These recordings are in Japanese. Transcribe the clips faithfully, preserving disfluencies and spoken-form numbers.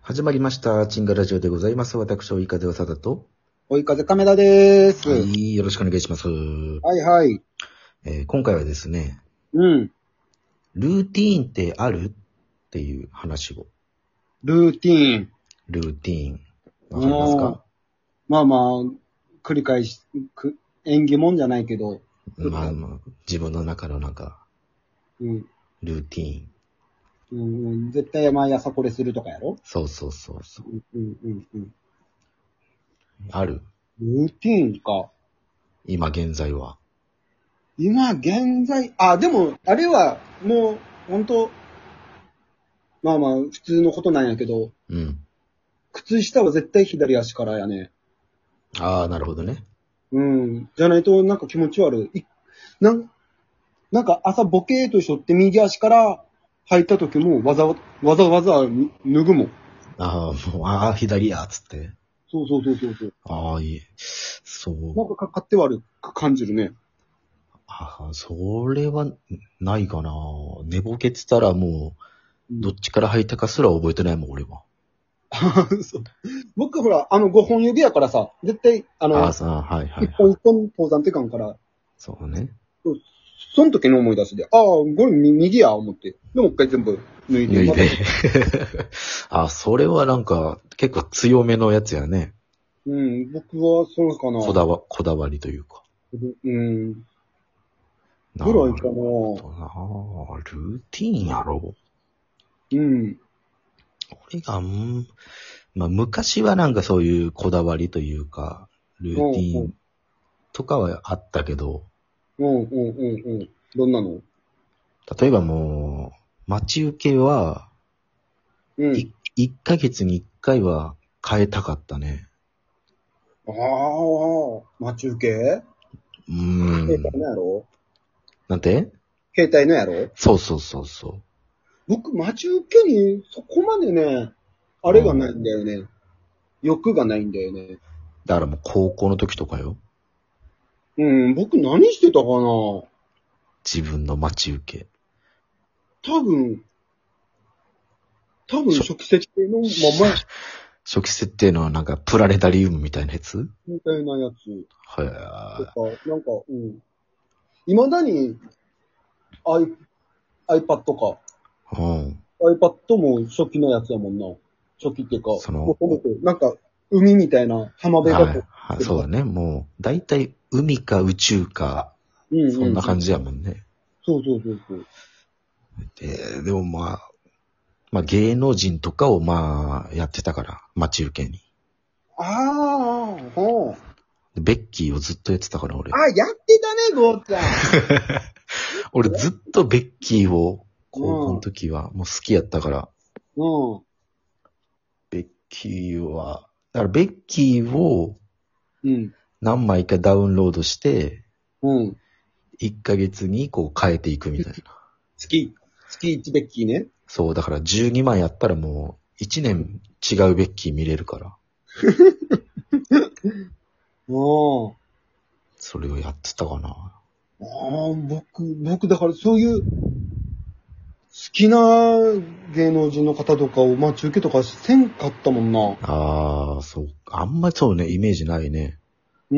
始まりました。チンガラジオでございます。私、追い風わさだと。 追い風カメラでーす。 ははいい、よろしくお願いします。 はい。 えー今回はですね、 うん。 ルーティーンってあるっていう話を。 ルーティーン。 ルーティーン。わかりますか？ まあまあ、繰り返し、く縁起もんじゃないけど。 まあまあ、自分の中のなんか、 うん。 ルーティーン。 うんうん、絶対毎朝これするとかやろ？ そうそうそうそう。 うんうんうんうん。 ある？ ルーティーンか。 今現在は。 今現在、あ、でも、あれは、もう、ほんと、まあまあ、普通のことなんやけど、 うん。 靴下は絶対左足からやね。 ああ、なるほどね。 うん。じゃないと、なんか気持ち悪い。いなん、なんか朝ボケーとしとって右足から入った時もわざわわざわざ脱ぐもん。 ああ、もう、ああ、左や、つって。 そうそうそうそうそう。 ああ、いい。そう。 なんかか勝手悪く感じるね。 ああ、それはないかな。寝ぼけてたらもう、どっちから履いたかすら覚えてないもん、俺は。 そう僕ほら、あのごほん指やからさ、絶対、あああ、 の、 さあ、はいはい一本はい。 一本登山ってかんから、 そうね。 そうその時の思い出しで、ああ、これ右や、思って。でもう一回全部脱いで。 脱いで。 またあ、それはなんか、結構強めのやつやね。 うん、僕はそうかな。 こだわ、こだわりというか。 うん。 なぐらいかな。 るほどな。ルーティーンやろ。 うん。 俺が、んまあ、昔はなんかそういうこだわりというか、ルーティーンとかはあったけど、 うんうんうんうん。どんなの？ 例えばもう、待ち受けは、 うん。 いいっかげつにいっかいは変えたかったね。 ああ、待ち受けうー携帯ん。 のやろ？ なんて？ 携帯のやろ？ そうそうそうそ僕、待ち受けにそこまでね、あれがないんだよね。欲がないんだよね。 う。だからもう高校の時とかよ。 うん、僕何してたかな？ 自分の待ち受け。 多分、多分しょ初期設定のまま初期設定のなんかプラネタリウムみたいなやつ？ みたいなやつはとか、なんか、うん。未だに i、iPad か。 い。うん。 iPad も初期のやつやもんな。初期っていうか、 そのもともと、なんか、海みたいな浜辺がこはい、はい、そうだね。もう、だいたい海か宇宙か、 う。うんうん、 そんな感じやもんね。 そうそうそうそう。 で、でもまあ、まあ芸能人とかをまあやってたから、待ち受けに。 ああ、ほう。 でベッキーをずっとやってたから俺。 あ、やってたね、ゴーちゃん。 俺ずっとベッキーを高校のうん。 時はもう好きやったから、 うん。 ベッキーは、だからベッキーをうん。 何枚かダウンロードして、 うん。 いっかげつにこう変えていくみたいな。 月、月いちベッキーね。 そう、だからじゅうにまいやったらもういちねん違うベッキー見れるから、 うん。 それをやってたかな。 ああ、僕、僕、だからそういう、好きな芸能人の方とかを、まあ中継とかせんかったもんな。 ああ、そう。あんまりそうね、イメージないね。 うん。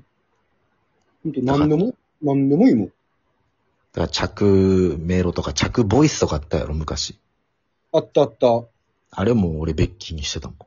ほんと、何でも、何でもいいもん。 だから着メロとか着ボイスとかあったやろ、昔。 あったあった。 あれも俺ベッキーにしてたもん。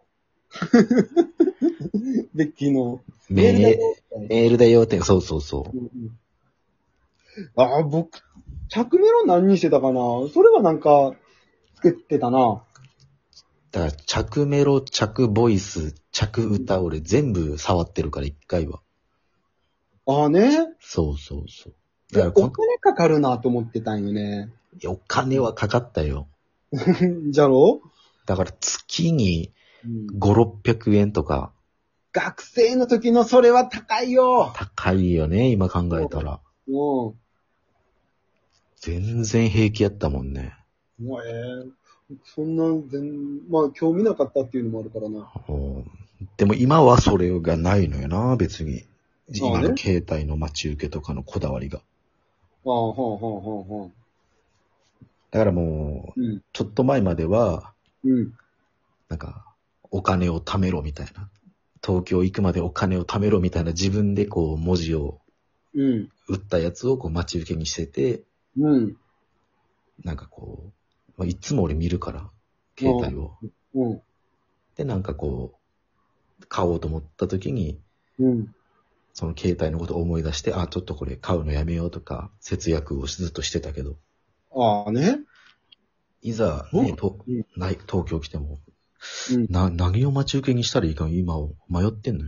ベッキーのメールメールだよ。 メールだよって、そうそうそう。 うんうん、ああ、僕、着メロ何にしてたかな？それはなんか、つけてたな。 だから着メロ、着ボイス、着歌俺全部触ってるから一回は。 ああね。 そうそうそう。 いや、 だからこんお金かかるなと思ってたんよね。 いやお金はかかったよ。 じゃろ？ だから月にうん、 ご、ろっぴゃくえんとか学生の時のそれは高いよ。 高いよね、今考えたら。 うん。 全然平気やったもんね。 もうええそんな、全、まあ、興味なかったっていうのもあるからな。 うんでも今はそれがないのよな、別に。今ああねの携帯の待ち受けとかのこだわりが。 ああ、はあ、はあ、はあ、はあ。 だからもう、 うん。 ちょっと前までは、 うん。 なんか、 お金を貯めろみたいな。東京行くまでお金を貯めろみたいな自分でこう文字をうん。 打ったやつをこう待ち受けにしてて、 うん。 なんかこう、まあ、いつも俺見るから、携帯を。 うん。 で、なんかこう、買おうと思った時に、 うん。 その携帯のことを思い出して、あ、ちょっとこれ買うのやめようとか、節約をずっとしてたけど、 ああね。 いざ、 うんね、とうんない東京来ても、 うん。 な、何を待ち受けにしたらいいか今迷ってんのよ。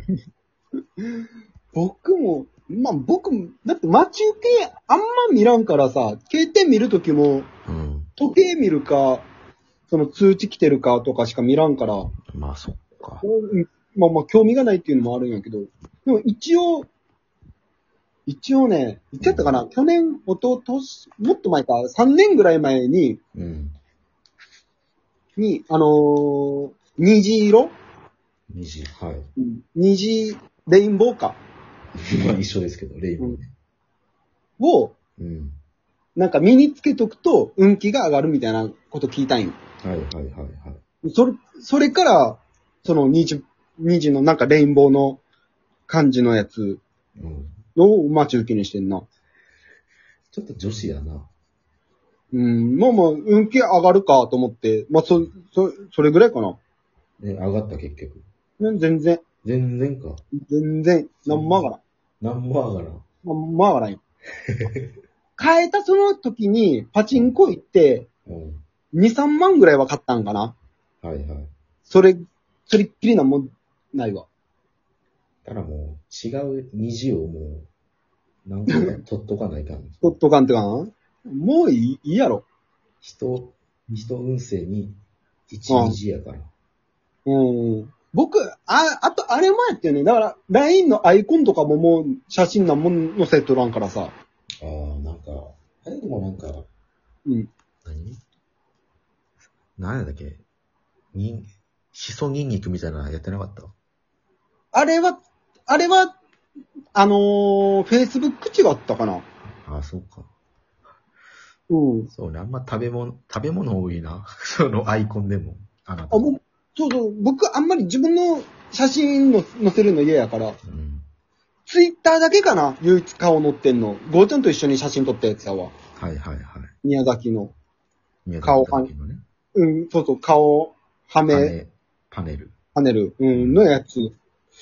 僕も、まあ僕も、だって待ち受けあんま見らんからさ、携帯見るときも、 うん。 時計見るか、その通知来てるかとかしか見らんから、 まあ、そっか。 うんまあまあ興味がないっていうのもあるんやけど、でも一応、一応ね、いつやったかな、去年、おととし、もっと前か、さんねんぐらい前に、 うん。 に、あのー虹色虹、はい。 うん虹、レインボーか。 まあ一緒ですけど、レインボーね。 を、 うん。 なんか身につけとくと運気が上がるみたいなこと聞いたんよ。 はいはいはいはい。 それ、それから、その虹、虹のなんかレインボーの感じのやつうん。 を待ち受けにしてんな。 ちょっと女子やな。 うん、まあまあ、運気上がるかと思って、まあそ、そ、それぐらいかな。 ね、上がった結局。 ね全然、 全然か。 全然、なんも上がらん。 なんも上がらん。 なんも上がらんよ。変えたその時にパチンコ行ってうん。 に、さんまんぐらいは買ったんかな。 はいはい。 それ、それっきりなんもないわ。 ただもう、違う虹をもう、なんか取っとかないかん。 取っとかんってかな。もういい、いいやろ。 人、人運勢に一虹やから。 うん。僕、あ、あと、あれもやってよね。だから、ライン のアイコンとかももう写真なんもん載せとらんからさ。 ああ、なんか、あれでもなんか、 うん。 何何やだっけに、しそニンニクみたいなのやってなかったあれは、あれは、あのー、Facebook 違ったかな。 ああ、そうか。 うん。 そうね、あんま食べ物、食べ物多いな。そのアイコンでも。あなた。 あ、僕、そうそう、僕あんまり自分の写真の載せるの嫌やから、 うん。 ツイッターだけかな、唯一顔載ってんの。ゴーちゃんと一緒に写真撮ったやつやわ。 はいはいはい。 宮崎の。 宮顔崎のね。 うん、そうそう、顔、はパめ、 ネ、パネル。 パネル、うん、のやつ。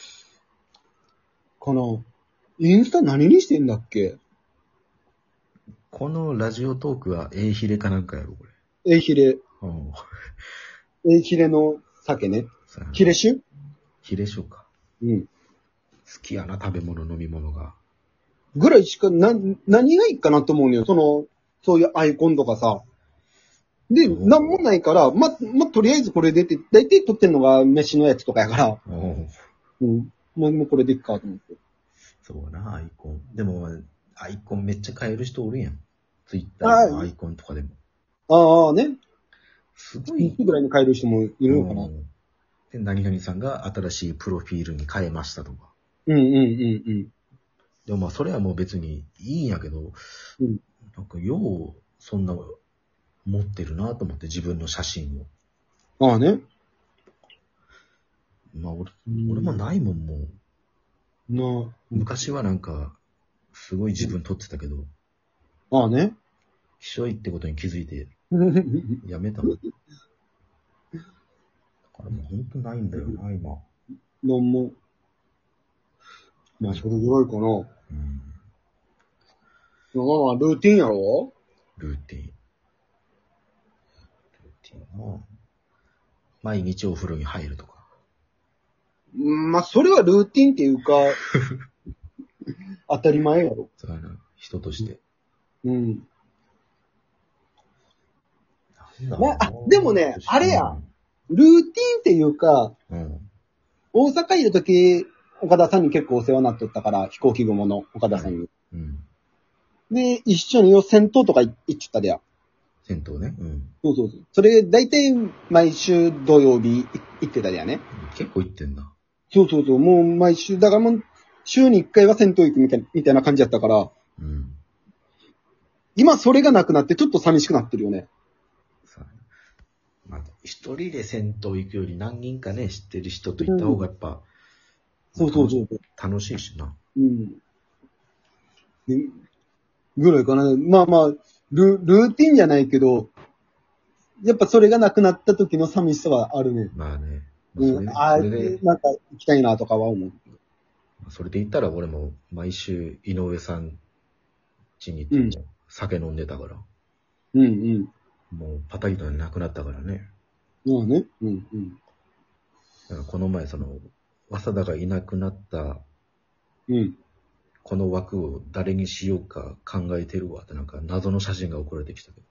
かな。インスタ何にしてんだっけ？ このラジオトークは A ヒレかなんかやろ、こエイヒレ、 れ。うん。 エイヒレの酒ね。 そうやなヒレ酒？ ヒレしょうか。 うん。 好きやな、食べ物、飲み物が。 ぐらいしか、な、何がいいかなと思うのよ。その、そういうアイコンとかさ。で、 うんなんもないから、ま、ま、とりあえずこれ出て、だいたい撮ってんのが飯のやつとかやから、 うん。 うん。もう、もうこれでいっかと思って。 そうな、アイコン。でも、アイコンめっちゃ変える人おるやん。ツイッターのアイコンとかでも。 ああね。 すごい。 いつぐらいに変える人もいるのかな。 うんで、何々さんが新しいプロフィールに変えましたとか。 うんうんうんうん。 でもまあ、それはもう別にいいんやけど、 うんなんかよう、そんな、持ってるなと思って自分の写真を。 ああね。 まあ俺、 うん俺もないもん、もう。 な昔はなんか、すごい自分撮ってたけど、 あ。ああね。 ひしょいってことに気づいて、やめたもん。だからもうほんとないんだよな、今。 なんも。まあ、それぐらいかな。 うん。 まあまあ、ルーティンやろ？ ルーティン。ルーティンな。毎日お風呂に入るとか。 うんまあ、それはルーティンっていうか、当たり前やろ。 そうやな。人として。 うん。 なんだろうなねあでもねあれやうんルーティンっていうか、 うん。 大阪いるとき、岡田さんに結構お世話になっとったから、飛行機雲の岡田さんに。 うん。 で、一緒によ銭湯とか行っちゃったでや。 銭湯ね。うん。 そうそうそう。それ、だいたい毎週土曜日行ってたでやね。 結構行ってんな。 そうそうそう。もう毎週、だからもう、週に一回は銭湯行くみたいみたいな感じやったから、 うん。 今それがなくなってちょっと寂しくなってるよね。 さまあ、 一人で銭湯行くより何人かね、知ってる人と行った方がやっぱ、 そうそうそうそう。 楽しいしな。 うん。ねぐらいかな。まあまあ、ル、ルーティンじゃないけど、やっぱそれがなくなった時の寂しさはあるね。 まあね。まあ、それで、 うん。ああ、 それで、 なんか行きたいなとかは思う。 それで言ったら俺も毎週井上さん家に行っても酒飲んでたから、 うんうん。 もうパタリとなくなったからね。 まあね。うんうん。 だからこの前その、早稲田がいなくなったうん。 この枠を誰にしようか考えてるわってなんか謎の写真が送られてきたけど。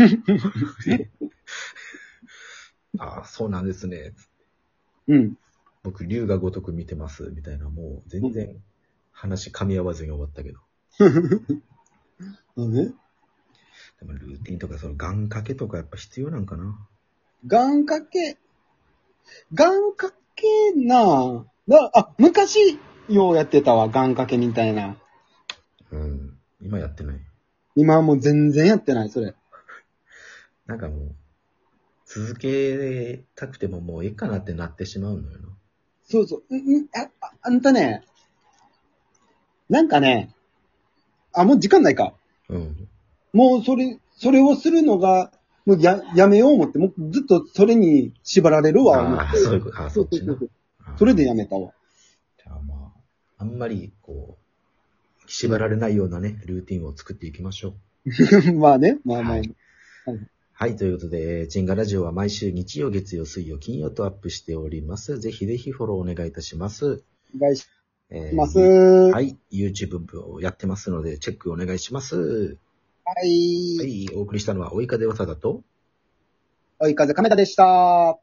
ああ、そうなんですね。 うん。 僕、龍が如く見てます。みたいな、もう全然話噛み合わずに終わったけど。 まあね。 でもルーティンとかその願掛けとかやっぱ必要なんかな。 願掛け。願掛けなだあ、昔、ようやってたわ、願掛けみたいな。 うん。今やってない。 今はもう全然やってない、それ。 なんかもう、続けたくてももういいかなってなってしまうのよな。 そうそう。うんうんあ、ああんたね、なんかね、あ、もう時間ないか。 うん。 もうそれ、それをするのが、もうや、やめよう思って、もうずっとそれに縛られるわ、思っああ、 て。 そういうこと、ああ、そっちな。 それでやめたわ。 じゃあまあ、あんまりこう、縛られないようなね、ルーティンを作っていきましょう。 まあね、まあまあ。 はいはい、ということで、えーチンガラジオは毎週日曜、月曜、水曜、金曜とアップしております。ぜひぜひフォローお願いいたします。 お願いしえーます。は。 はいい、YouTube をやってますので、チェックお願いします。はいい、お送りしたのは、追い風わさだと、 追い風亀田でした。